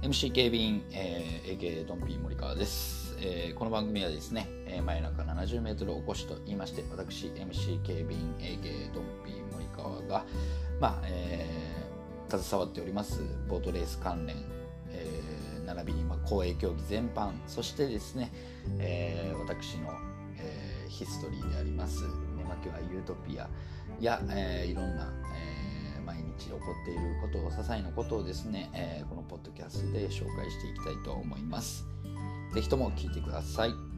MC 警備員、AK ドンピー森川です。この番組はですね、真夜中70メートルおこしと言いまして、私 MC 警備員 AK ドンピー森川が、携わっておりますボートレース関連、並びに公営競技全般、そしてですね、私の、ヒストリーであります寝巻きはユートピアや、いろんな、毎日起こっていることを、些細なことをですね、このポッドキャストで紹介していきたいと思います。ぜひとも聞いてください。